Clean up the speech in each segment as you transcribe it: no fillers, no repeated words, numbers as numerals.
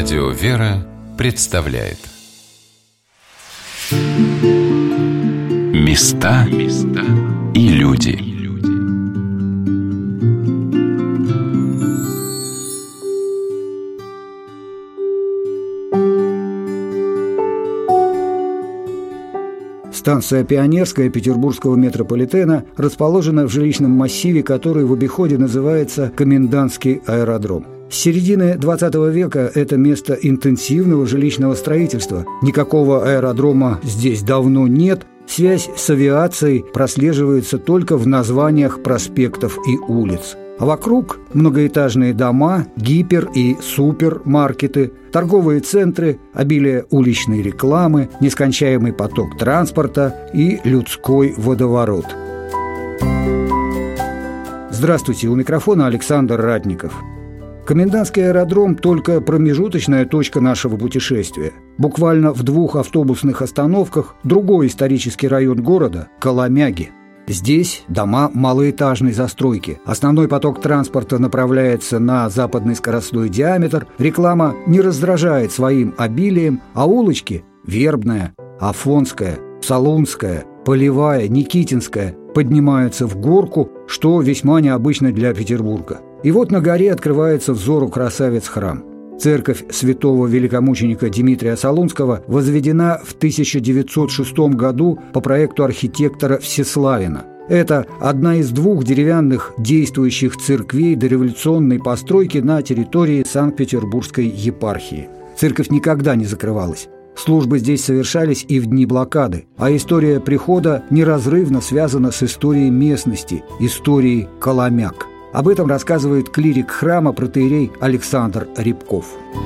Радио «Вера» представляет Места и люди. Станция Пионерская Петербургского метрополитена расположена в жилищном массиве, который в обиходе называется Комендантский аэродром. С середины 20 века это место интенсивного жилищного строительства. Никакого аэродрома здесь давно нет. Связь с авиацией прослеживается только в названиях проспектов и улиц. А вокруг многоэтажные дома, гипер- и супермаркеты, торговые центры, обилие уличной рекламы, нескончаемый поток транспорта и людской водоворот. Здравствуйте, у микрофона Александр Ратников. Комендантский аэродром – только промежуточная точка нашего путешествия. Буквально в 2 автобусных остановках другой исторический район города – Коломяги. Здесь дома малоэтажной застройки. Основной поток транспорта направляется на западный скоростной диаметр. Реклама не раздражает своим обилием, а улочки – Вербная, Афонская, Солунская, Полевая, Никитинская – поднимаются в горку, что весьма необычно для Петербурга. И вот на горе открывается взору красавец-храм. Церковь святого великомученика Дмитрия Солунского возведена в 1906 году по проекту архитектора Всеславина. Это одна из 2 деревянных действующих церквей дореволюционной постройки на территории Санкт-Петербургской епархии. Церковь никогда не закрывалась. Службы здесь совершались и в дни блокады, а история прихода неразрывно связана с историей местности, историей Коломяг. Об этом рассказывает клирик храма протоиерей Александр Рябков.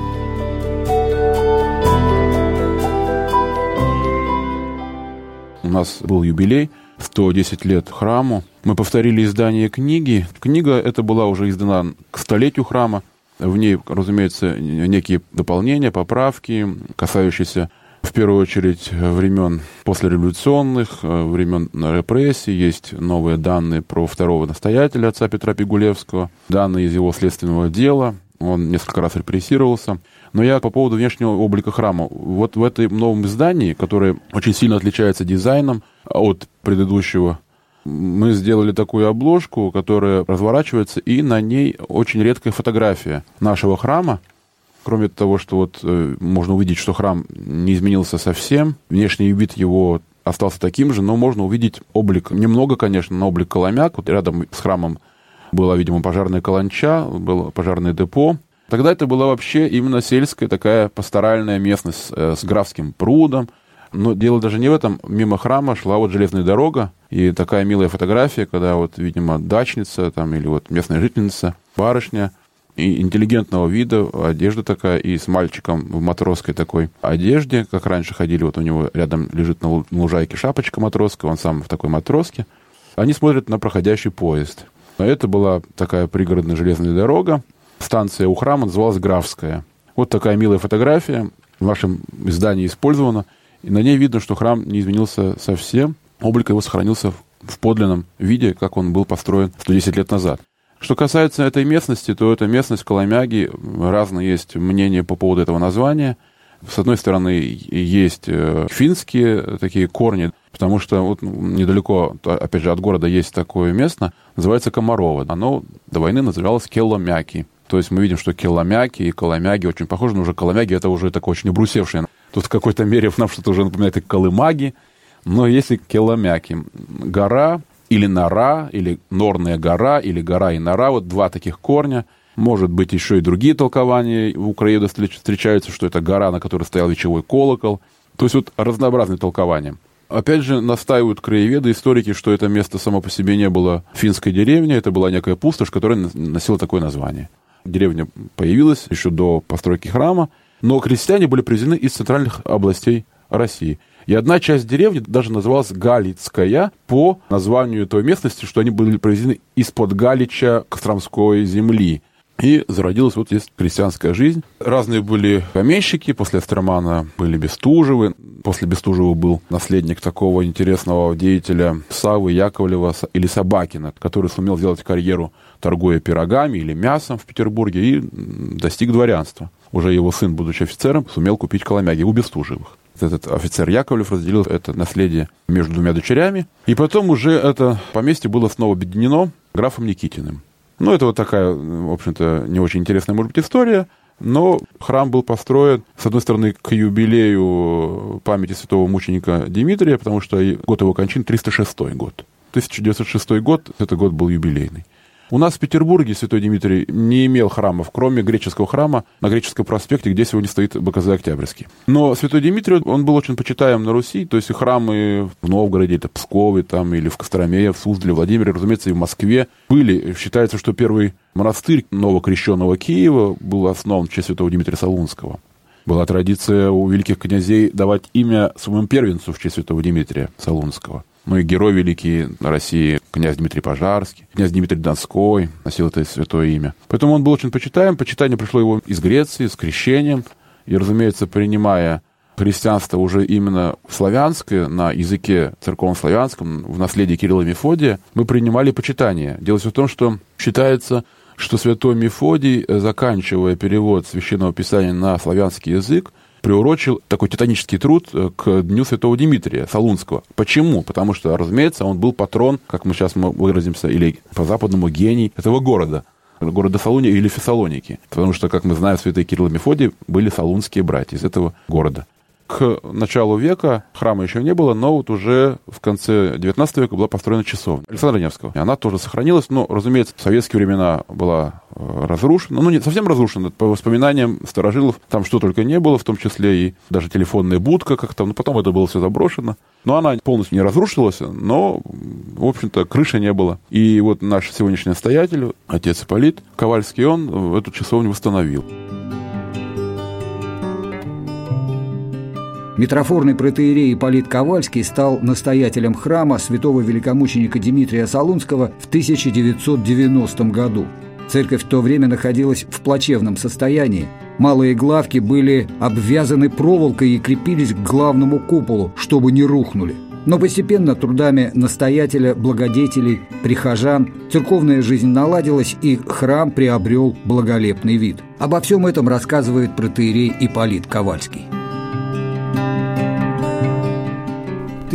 У нас был юбилей, 110 лет храму. Мы повторили издание книги. Книга эта была уже издана к 100-летию храма. В ней, разумеется, некие дополнения, поправки, касающиеся, в первую очередь, времен послереволюционных, времен репрессий. Есть новые данные про второго настоятеля, отца Петра Пигулевского, данные из его следственного дела. Он несколько раз репрессировался. Но я по поводу внешнего облика храма. Вот в этом новом издании, которое очень сильно отличается дизайном от предыдущего, мы сделали такую обложку, которая разворачивается, и на ней очень редкая фотография нашего храма. Кроме того, что вот можно увидеть, что храм не изменился совсем, внешний вид его остался таким же, но можно увидеть облик, немного, конечно, но облик Коломяг. Вот рядом с храмом была, видимо, пожарная каланча, было пожарное депо. Тогда это была вообще именно сельская такая пасторальная местность с графским прудом. Но дело даже не в этом. Мимо храма шла вот железная дорога, и такая милая фотография, когда вот, видимо, дачница там, или вот местная жительница, барышня, и интеллигентного вида, одежда такая, и с мальчиком в матросской такой одежде, как раньше ходили, вот у него рядом лежит на лужайке шапочка матросская, он сам в такой матроске. Они смотрят на проходящий поезд. А это была такая пригородная железная дорога. Станция у храма называлась Графская. Вот такая милая фотография в вашем издании использована. И на ней видно, что храм не изменился совсем. Облик его сохранился в подлинном виде, как он был построен 110 лет назад. Что касается этой местности, то эта местность Коломяги, разные есть мнения по поводу этого названия. С одной стороны, есть финские такие корни, потому что вот недалеко, опять же, от города есть такое место, называется Комарово. Оно до войны называлось Келомяки. То есть мы видим, что Келомяки и Коломяги очень похожи, но уже Коломяги — это уже такое очень обрусевшее. Тут в какой-то мере нам что-то уже напоминает и Колымаги, но есть и Келомяки. Гора или нора, или Норная гора, или гора и нора, вот 2 таких корня. Может быть, еще и другие толкования у краеведов встречаются, что это гора, на которой стоял вечевой колокол. То есть вот разнообразные толкования. Опять же, настаивают краеведы, историки, что это место само по себе не было финской деревней, это была некая пустошь, которая носила такое название. Деревня появилась еще до постройки храма, но крестьяне были привезены из центральных областей России. И одна часть деревни даже называлась Галицкая по названию той местности, что они были привезены из-под Галича Костромской земли. И зародилась вот здесь крестьянская жизнь. Разные были помещики, после Остромана были Бестужевы. После Бестужева был наследник такого интересного деятеля Саввы Яковлева или Собакина, который сумел сделать карьеру, торгуя пирогами или мясом в Петербурге, и достиг дворянства. уже его сын, будучи офицером, сумел купить Коломяги у Бестужевых. Этот офицер Яковлев разделил это наследие между двумя дочерями. И потом уже это поместье было снова объединено графом Никитиным. Ну, это вот такая, в общем-то, не очень интересная, может быть, история. Но храм был построен, с одной стороны, к юбилею памяти святого мученика Димитрия, потому что год его кончины 306 год. 1906 год, это год был юбилейный. У нас в Петербурге святой Димитрий не имел храмов, кроме греческого храма на Греческом проспекте, где сегодня стоит БКЗ Октябрьский. Но святой Димитрий, он был очень почитаем на Руси, то есть и храмы в Новгороде, это Пскове, там, или в Костроме, в Суздале, Владимире, разумеется, и в Москве были. Считается, что первый монастырь новокрещенного Киева был основан в честь святого Димитрия Солунского. Была традиция у великих князей давать имя своему первенцу в честь святого Димитрия Солунского. Ну и герой великий России, князь Дмитрий Пожарский, князь Дмитрий Донской носил это святое имя. Поэтому он был очень почитаем. Почитание пришло его из Греции, с крещением. И, разумеется, принимая христианство уже именно славянское, на языке церковно-славянском, в наследии Кирилла и Мефодия, мы принимали почитание. Дело в том, что считается, что святой Мефодий, заканчивая перевод Священного Писания на славянский язык, приурочил такой титанический труд к Дню Святого Димитрия Солунского. Почему? Потому что, разумеется, он был патрон, как мы сейчас выразимся, или по-западному гений этого города Солуния или Фессалоники. Потому что, как мы знаем, святые Кирилл и Мефодий были солунские братья из этого города. К началу века храма еще не было, но вот уже в конце XIX века была построена часовня Александра Невского. И она тоже сохранилась, но, разумеется, в советские времена была разрушена. Ну, не совсем разрушена, по воспоминаниям старожилов, там что только не было, в том числе и даже телефонная будка как-то, но потом это было все заброшено. Но она полностью не разрушилась, но, в общем-то, крыши не было. И вот наш сегодняшний настоятель, отец Ипполит Ковальский, он эту часовню восстановил. Митрофорный протоиерей Ипполит Ковальский стал настоятелем храма святого великомученика Димитрия Солунского в 1990 году. Церковь в то время находилась в плачевном состоянии. Малые главки были обвязаны проволокой и крепились к главному куполу, чтобы не рухнули. Но постепенно трудами настоятеля, благодетелей, прихожан церковная жизнь наладилась, и храм приобрел благолепный вид. Обо всем этом рассказывает протоиерей Ипполит Ковальский. В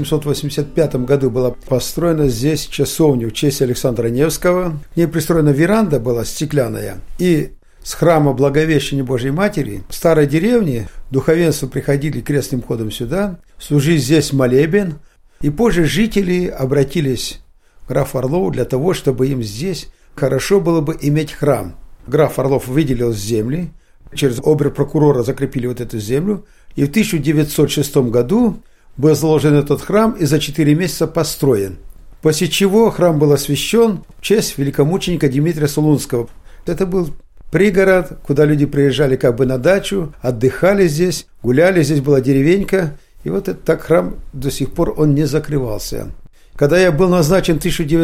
1885 году была построена здесь часовня в честь Александра Невского. К ней пристроена веранда была стеклянная. И с храма Благовещения Божьей Матери в старой деревне духовенство приходили крестным ходом сюда, служить здесь молебен. И позже жители обратились к графу Орлову для того, чтобы им здесь хорошо было бы иметь храм. Граф Орлов выделил земли, через обер-прокурора закрепили вот эту землю. И в 1906 году был заложен этот храм и за 4 месяца построен. После чего храм был освящен в честь великомученика Димитрия Солунского. Это был пригород, куда люди приезжали как бы на дачу, отдыхали здесь, гуляли, здесь была деревенька. И вот этот так храм до сих пор он не закрывался. Когда я был назначен в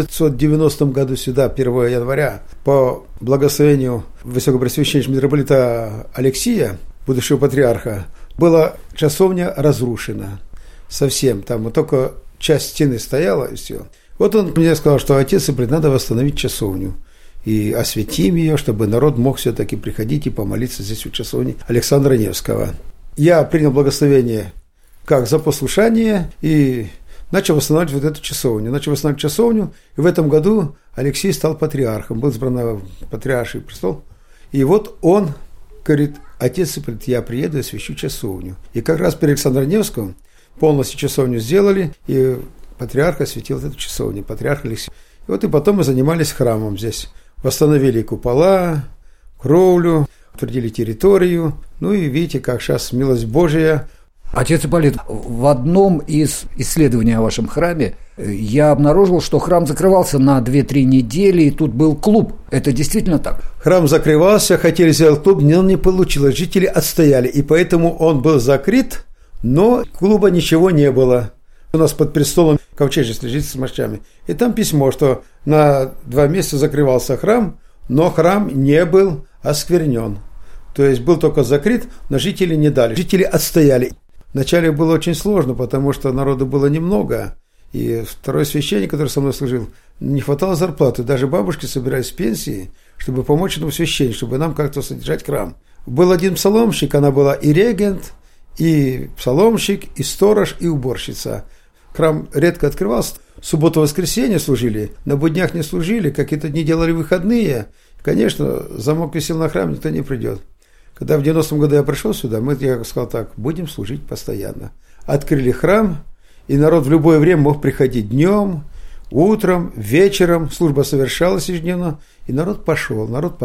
1990 году сюда, 1 января, по благословению Высокопреосвященнейшего митрополита Алексия, будущего патриарха, была часовня разрушена. Совсем, там вот только часть стены стояла, и все. Вот он мне сказал, что отец Ипполит, надо восстановить часовню. И осветим ее, чтобы народ мог все-таки приходить и помолиться здесь у часовни Александра Невского. Я принял благословение как за послушание и начал восстанавливать вот эту часовню. И в этом году Алексей стал патриархом, был избран на патриарший престол. И вот он говорит: отец Ипполит, я приеду и освящу часовню. И как раз при Александре Невском полностью часовню сделали, и патриарх осветил эту часовню, патриарх Алексей. И вот и потом мы занимались храмом здесь. Восстановили купола, кровлю, утвердили территорию. Ну и видите, как сейчас милость Божия. Отец Ипполит, в одном из исследований о вашем храме я обнаружил, что храм закрывался на 2-3 недели, и тут был клуб. Это действительно так? Храм закрывался, хотели сделать клуб, но не получилось. Жители отстояли, и поэтому он был закрыт, но клуба ничего не было. У нас под престолом ковчежец лежит с мощами. И там письмо, что на 2 месяца закрывался храм, но храм не был осквернен. То есть был только закрыт, но жители не дали. Жители отстояли. Вначале было очень сложно, потому что народу было немного. И второй священник, который со мной служил, не хватало зарплаты. Даже бабушки собирались с пенсии, чтобы помочь этому священнику, чтобы нам как-то содержать храм. был один псаломщик, она была и регент, и псаломщик, и сторож, и уборщица. Храм редко открывался, субботу-воскресенье служили, на буднях не служили, какие-то дни делали выходные. Конечно, замок висел на храм, никто не придет. Когда в 90-м году я пришел сюда, я сказал так, будем служить постоянно. Открыли храм, и народ в любое время мог приходить днем, утром, вечером, служба совершалась ежедневно, и народ пошел.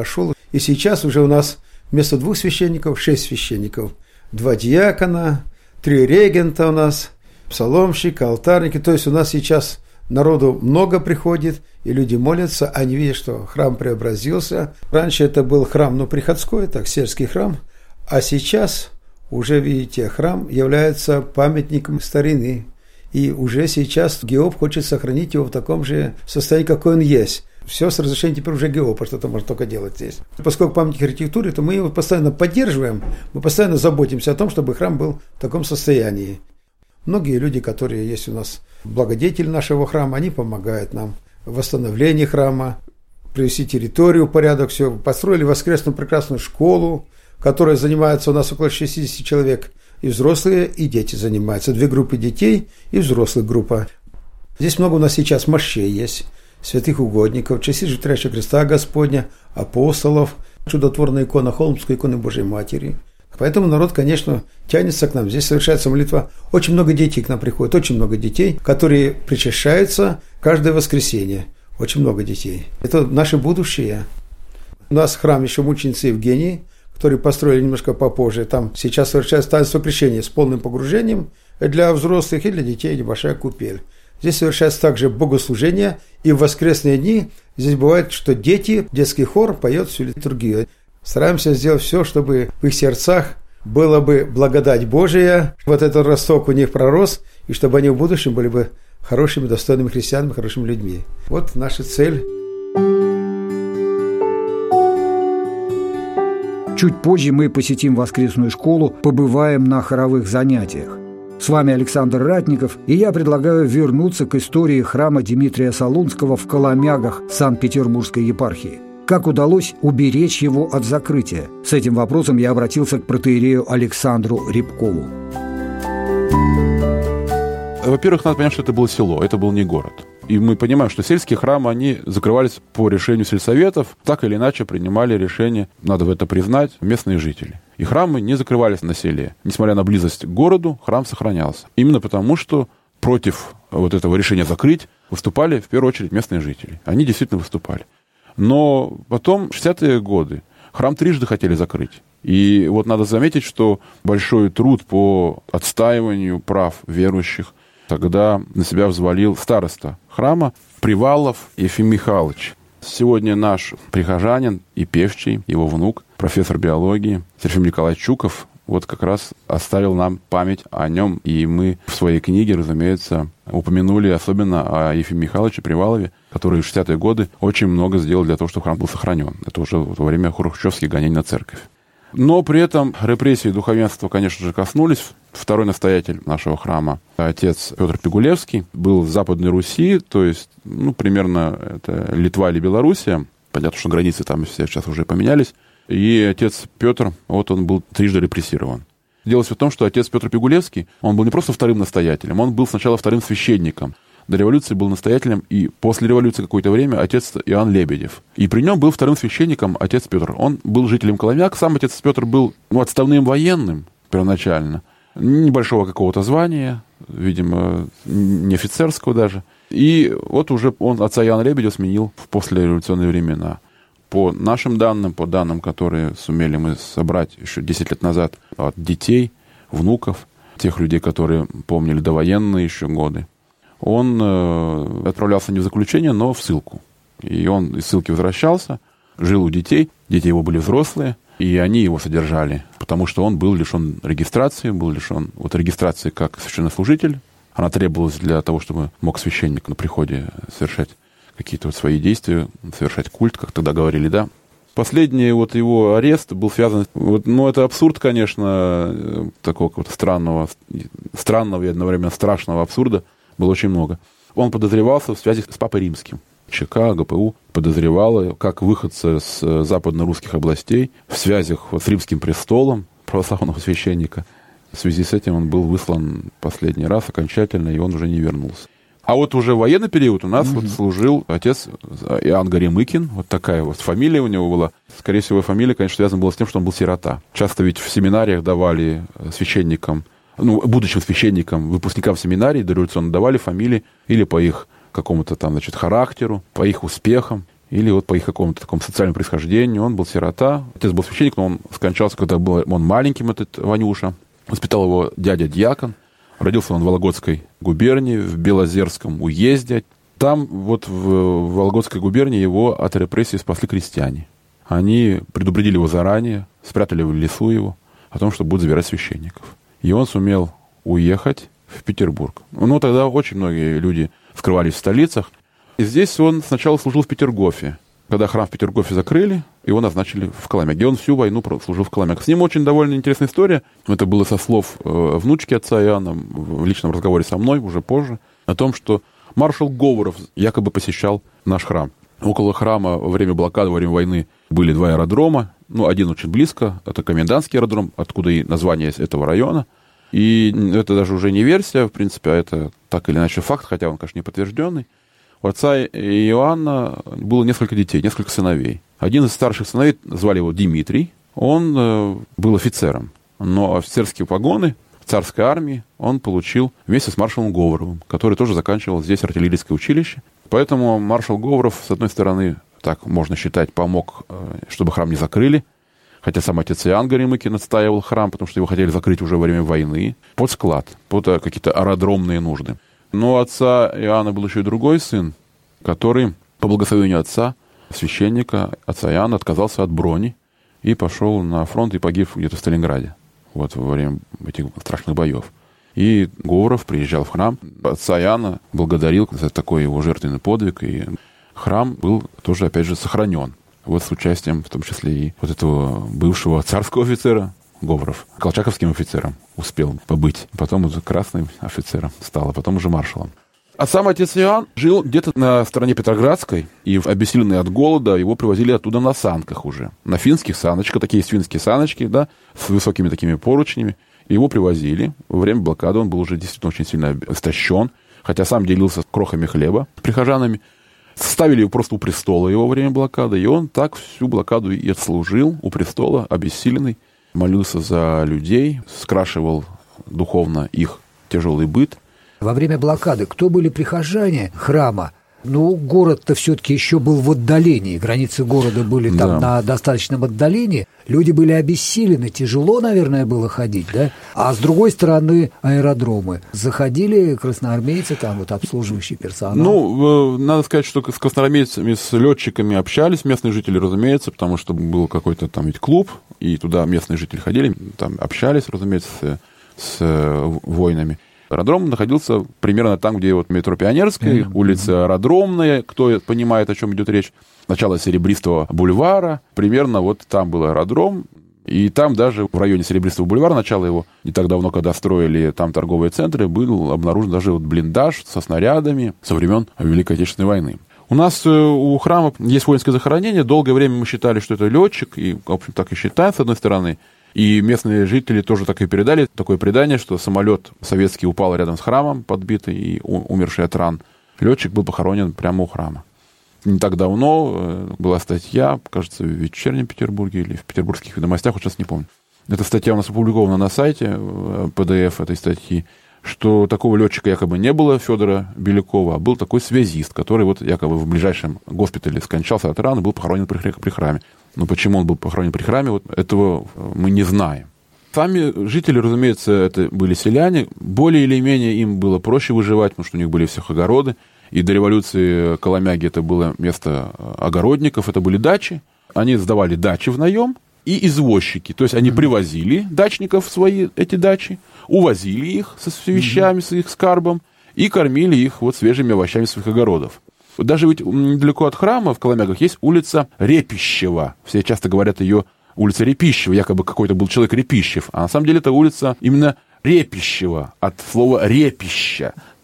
И сейчас уже у нас вместо 2 священников 6 священников, 2 диакона, 3 регента у нас, псаломщик, алтарники. То есть у нас сейчас народу много приходит, и люди молятся, они видят, что храм преобразился. Раньше это был храм, приходской, так, сельский храм, а сейчас уже, видите, храм является памятником старины. И уже сейчас ГИОП хочет сохранить его в таком же состоянии, какой он есть. Все с разрешения теперь уже ГИОПа, что-то можно только делать здесь. Поскольку памятник архитектуры, то мы его постоянно поддерживаем, мы постоянно заботимся о том, чтобы храм был в таком состоянии. Многие люди, которые есть у нас благодетели нашего храма, они помогают нам в восстановлении храма, привести территорию в порядок, все. Построили воскресную прекрасную школу, которая занимается у нас около 60 человек. И взрослые, и дети занимаются. 2 группы детей и взрослых группа. Здесь много у нас сейчас мощей есть, святых угодников, частей Житвящего креста Господня, апостолов, чудотворная икона Холмской, иконы Божьей Матери. Поэтому народ, конечно, тянется к нам. Здесь совершается молитва. Очень много детей к нам приходит, очень много детей, которые причащаются каждое воскресенье. Очень много детей. Это наше будущее. У нас храм еще мученицы Евгении, который построили немножко попозже. Там сейчас совершается таинство крещения с полным погружением для взрослых и для детей, небольшая купель. Здесь совершается также богослужение, и в воскресные дни здесь бывает, что дети, детский хор поет всю литургию. Стараемся сделать все, чтобы в их сердцах была бы благодать Божия, вот этот росток у них пророс, и чтобы они в будущем были бы хорошими, достойными христианами, хорошими людьми. Вот наша цель. Чуть позже мы посетим воскресную школу, побываем на хоровых занятиях. С вами Александр Ратников, и я предлагаю вернуться к истории храма Дмитрия Солунского в Коломягах Санкт-Петербургской епархии. Как удалось уберечь его от закрытия? С этим вопросом я обратился к протоиерею Александру Рябкову. Во-первых, надо понять, что это было село, это был не город. И мы понимаем, что сельские храмы, они закрывались по решению сельсоветов, так или иначе принимали решение, надо это признать, местные жители. И храмы не закрывались на селе. Несмотря на близость к городу, храм сохранялся. Именно потому, что против вот этого решения закрыть выступали в первую очередь местные жители. Они действительно выступали. Но потом, в 60-е годы, храм трижды хотели закрыть. И вот надо заметить, что большой труд по отстаиванию прав верующих тогда на себя взвалил староста храма Привалов Ефим Михайлович. Сегодня наш прихожанин и певчий, его внук, профессор биологии Серафим Николаевич Чуков, вот как раз оставил нам память о нем. И мы в своей книге, разумеется, упомянули особенно о Ефиме Михайловиче Привалове, который в 60-е годы очень много сделал для того, чтобы храм был сохранен. Это уже во время хрущевских гонений на церковь. Но при этом репрессии духовенства, конечно же, коснулись. Второй настоятель нашего храма, отец Петр Пигулевский, был в Западной Руси, то есть, примерно это Литва или Белоруссия. Понятно, что границы там сейчас уже поменялись. И отец Петр, он был трижды репрессирован. Дело в том, что отец Петр Пигулевский, он был не просто вторым настоятелем, он был сначала вторым священником. До революции был настоятелем, и после революции какое-то время отец Иоанн Лебедев. И при нем был вторым священником отец Петр. Он был жителем Коломяг, сам отец Петр был отставным военным первоначально, небольшого какого-то звания, видимо, не офицерского даже. И вот уже он отца Иоанна Лебедева сменил в послереволюционные времена. По нашим данным, по данным, которые сумели мы собрать еще 10 лет назад от детей, внуков, тех людей, которые помнили довоенные еще годы, он отправлялся не в заключение, но в ссылку. И он из ссылки возвращался, жил у детей, дети его были взрослые, и они его содержали, потому что он был лишен регистрации, регистрации как священнослужитель. Она требовалась для того, чтобы мог священник на приходе совершать какие-то свои действия, совершать культ, как тогда говорили, да. Последний его арест был связан... это абсурд, конечно, такого какого-то странного и одновременно страшного абсурда было очень много. Он подозревался в связи с Папой Римским. ЧК, ГПУ подозревало, как выходцы с западно-русских областей в связях с римским престолом православного священника. В связи с этим он был выслан последний раз окончательно, и он уже не вернулся. А вот уже в военный период у нас вот служил отец Иоанн Горемыкин, вот такая вот фамилия у него была. Скорее всего, фамилия, конечно, связана была с тем, что он был сирота. Часто ведь в семинариях давали священникам, будущим священникам, выпускникам семинарий дореволюционно давали фамилии или по их какому-то там, значит, характеру, по их успехам, или вот по их какому-то такому социальному происхождению. Он был сирота. Отец был священник, но он скончался, когда был он маленьким, этот Ванюша. Воспитал его дядя-дьякон. Родился он в Вологодской губернии, в Белозерском уезде. Там вот в Вологодской губернии его от репрессий спасли крестьяне. Они предупредили его заранее, спрятали в лесу его о том, что будут забирать священников. И он сумел уехать в Петербург. Ну, тогда очень многие люди скрывались в столицах. И здесь он сначала служил в Петергофе. Когда храм в Петергофе закрыли, его назначили в Коломяге. Он всю войну служил в Коломяге. С ним очень довольно интересная история. Это было со слов внучки отца Иоанна в личном разговоре со мной, уже позже, о том, что маршал Говоров якобы посещал наш храм. Около храма во время блокады, во время войны были два аэродрома. Один очень близко, это Комендантский аэродром, откуда и название этого района. И это даже уже не версия, в принципе, а это так или иначе факт, хотя он, конечно, не подтвержденный. У отца Иоанна было несколько детей, несколько сыновей. Один из старших сыновей, звали его Дмитрий, он был офицером. Но офицерские погоны в царской армии он получил вместе с маршалом Говоровым, который тоже заканчивал здесь артиллерийское училище. Поэтому маршал Говоров, с одной стороны, так можно считать, помог, чтобы храм не закрыли. Хотя сам отец Иоанн Горемыкин отстаивал храм, потому что его хотели закрыть уже во время войны, под склад, под какие-то аэродромные нужды. Но у отца Иоанна был еще и другой сын, который по благословению отца, священника, отца Иоанна, отказался от брони и пошел на фронт и погиб где-то в Сталинграде во время этих страшных боев. И Говоров приезжал в храм, отца Иоанна благодарил за такой его жертвенный подвиг, и храм был тоже, опять же, сохранен. Вот с участием, в том числе и вот этого бывшего царского офицера, Говоров, колчаковским офицером успел побыть. Потом уже красным офицером стал, а потом уже маршалом. А сам отец Иоанн жил где-то на стороне Петроградской, и обессиленный от голода его привозили оттуда на санках уже. На финских саночках, такие финские саночки, да, с высокими такими поручнями. Его привозили. Во время блокады он был уже действительно очень сильно истощен, хотя сам делился крохами хлеба с прихожанами. Ставили его просто у престола его во время блокады, и он так всю блокаду и отслужил у престола, обессиленный. Молился за людей, скрашивал духовно их тяжелый быт. Во время блокады кто были прихожане храма? Город-то все-таки еще был в отдалении, границы города были там на достаточном отдалении, люди были обессилены, тяжело, наверное, было ходить, да? А с другой стороны аэродромы. Заходили красноармейцы, там вот обслуживающий персонал? Надо сказать, что с красноармейцами, с летчиками общались местные жители, разумеется, потому что был какой-то там ведь клуб, и туда местные жители ходили, там общались, разумеется, с воинами. Аэродром находился примерно там, где вот метро Пионерская, улица Аэродромная, кто понимает, о чем идет речь, начало Серебристого бульвара, примерно вот там был аэродром, и там даже в районе Серебристого бульвара, начало его, не так давно, когда строили там торговые центры, был обнаружен даже вот блиндаж со снарядами со времен Великой Отечественной войны. У нас у храма есть воинское захоронение, долгое время мы считали, что это летчик, и, в общем, так и считаем, с одной стороны. И местные жители тоже так и передали такое предание, что самолет советский упал рядом с храмом, подбитый и умерший от ран. Летчик был похоронен прямо у храма. Не так давно была статья, кажется, в «Вечернем Петербурге» или в «Петербургских ведомостях», вот сейчас не помню. Эта статья у нас опубликована на сайте, PDF этой статьи, что такого летчика якобы не было, Федора Белякова, а был такой связист, который вот якобы в ближайшем госпитале скончался от ран и был похоронен при храме. Но почему он был похоронен при храме, вот этого мы не знаем. Сами жители, разумеется, это были селяне. Более или менее им было проще выживать, потому что у них были всех огороды. И до революции Коломяги это было место огородников, это были дачи. Они сдавали дачи в наем, и извозчики. То есть они привозили дачников в свои эти дачи, увозили их с вещами, с их скарбом, и кормили их вот свежими овощами своих огородов. Даже ведь недалеко от храма в Коломягах есть улица Репищева. Все часто говорят ее улица Репищева, якобы какой-то был человек Репищев. А на самом деле это улица именно Репищева, от слова «репища».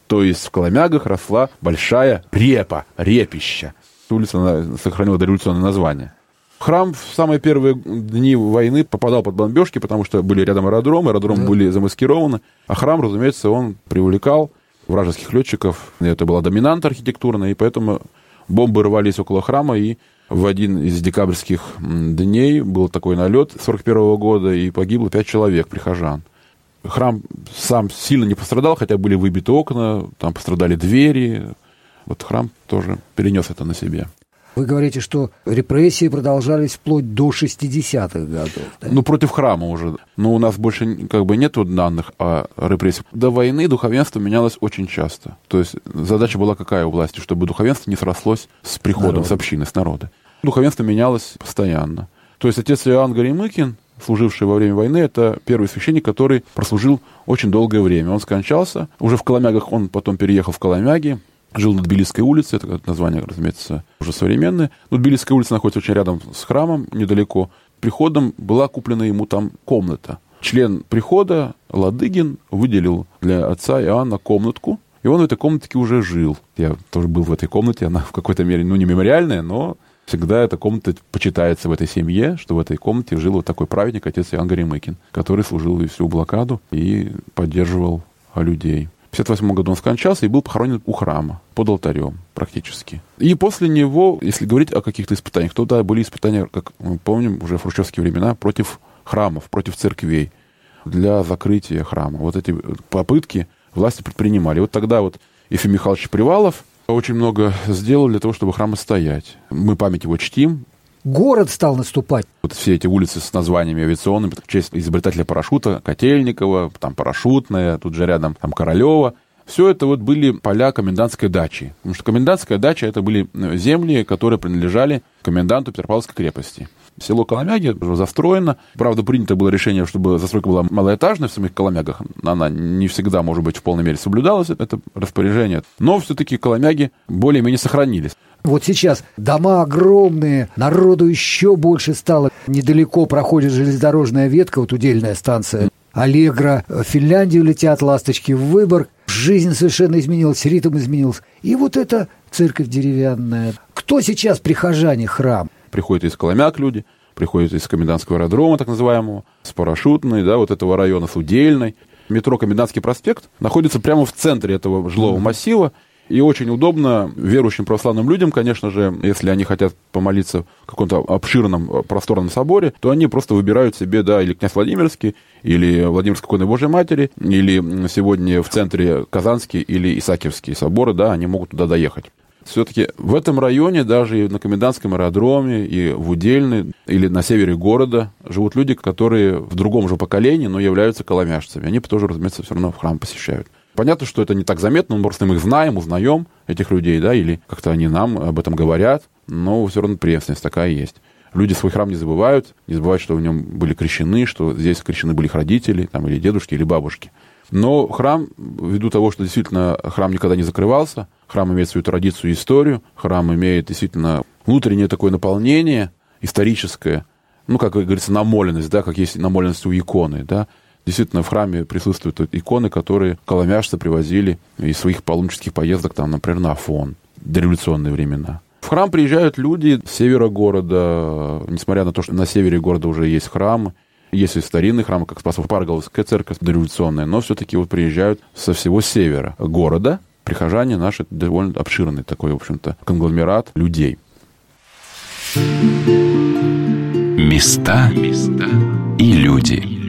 То есть в Коломягах росла большая репа, репища. Улица сохранила дореволюционное название. Храм в самые первые дни войны попадал под бомбежки, потому что были рядом аэродромы были замаскированы. А храм, разумеется, он привлекал вражеских летчиков. Это была доминанта архитектурная, и поэтому бомбы рвались около храма, и в один из декабрьских дней был такой налет 1941 года, и погибло 5 человек, прихожан. Храм сам сильно не пострадал, хотя были выбиты окна, там пострадали двери. Вот храм тоже перенес это на себе. Вы говорите, что репрессии продолжались вплоть до 60-х годов. Да? Ну, против храма уже. Но у нас больше нет данных о репрессиях. До войны духовенство менялось очень часто. То есть задача была какая у власти? Чтобы духовенство не срослось с приходом, с общины, с народа. Духовенство менялось постоянно. То есть отец Иоанн Горемыкин, служивший во время войны, это первый священник, который прослужил очень долгое время. Он скончался. Уже в Коломягах он потом переехал в Коломяги. Жил на Тбилисской улице, это название, разумеется, уже современное. Но Тбилисская улица находится очень рядом с храмом, недалеко. Приходом была куплена ему там комната. Член прихода Ладыгин выделил для отца Иоанна комнатку, и он в этой комнатке уже жил. Я тоже был в этой комнате, она в какой-то мере, не мемориальная, но всегда эта комната почитается в этой семье, что в этой комнате жил вот такой праведник, отец Иоанн Горемыкин, который служил всю блокаду и поддерживал людей. В 1958 году он скончался и был похоронен у храма, под алтарем практически. И после него, если говорить о каких-то испытаниях, то да, были испытания, как мы помним, уже в хрущевские времена, против храмов, против церквей, для закрытия храма. Вот эти попытки власти предпринимали. Вот тогда вот Ефим Михайлович Привалов очень много сделал для того, чтобы храм отстоять. Мы память его чтим. Город стал наступать. Вот все эти улицы с названиями авиационными, в честь изобретателя парашюта, Котельникова, там Парашютная, тут же рядом там Королева. Все это вот были поля комендантской дачи. Потому что комендантская дача — это были земли, которые принадлежали коменданту Петропавловской крепости. Село Коломяги уже застроено. Правда, принято было решение, чтобы застройка была малоэтажной в самих Коломягах. Она не всегда, может быть, в полной мере соблюдалась, это распоряжение. Но все-таки Коломяги более-менее сохранились. Вот сейчас дома огромные, народу еще больше стало. Недалеко проходит железнодорожная ветка, вот удельная станция Аллегро. В Финляндию летят ласточки, в Выборг. Жизнь совершенно изменилась, ритм изменился. И вот эта церковь деревянная. Кто сейчас прихожане, храм? Приходят из Коломяг люди, приходят из комендантского аэродрома, так называемого, с Парашютной, да, вот этого района, с Удельной. Метро Комендантский проспект находится прямо в центре этого жилого массива. И очень удобно верующим православным людям, конечно же, если они хотят помолиться в каком-то обширном, просторном соборе, то они просто выбирают себе, да, или князь Владимирский, или Владимирской иконы Божией Матери, или сегодня в центре Казанский или Исаакиевские соборы, да, они могут туда доехать. Все-таки в этом районе, даже и на комендантском аэродроме, и в Удельной, или на севере города, живут люди, которые в другом же поколении, но являются коломяжцами. Они тоже, разумеется, все равно в храм посещают. Понятно, что это не так заметно, мы просто их знаем, узнаем, этих людей, да, или как-то они нам об этом говорят, но все равно преемственность такая есть. Люди свой храм не забывают, что в нем были крещены, что здесь крещены были их родители, там, или дедушки, или бабушки. Но храм, ввиду того, что действительно храм никогда не закрывался, храм имеет свою традицию и историю, храм имеет действительно внутреннее такое наполнение историческое, ну, как говорится, намоленность, да, как есть намоленность у иконы, да. Действительно, в храме присутствуют иконы, которые коломяжцы привозили из своих паломнических поездок, там, например, на Афон, в дореволюционные времена. В храм приезжают люди с севера города, несмотря на то, что на севере города уже есть храмы, есть и старинные храмы, как Спасо-Парголовская церковь дореволюционная, но все-таки вот приезжают со всего севера города. Прихожане наши довольно обширный такой, в общем-то, конгломерат людей. Места и люди.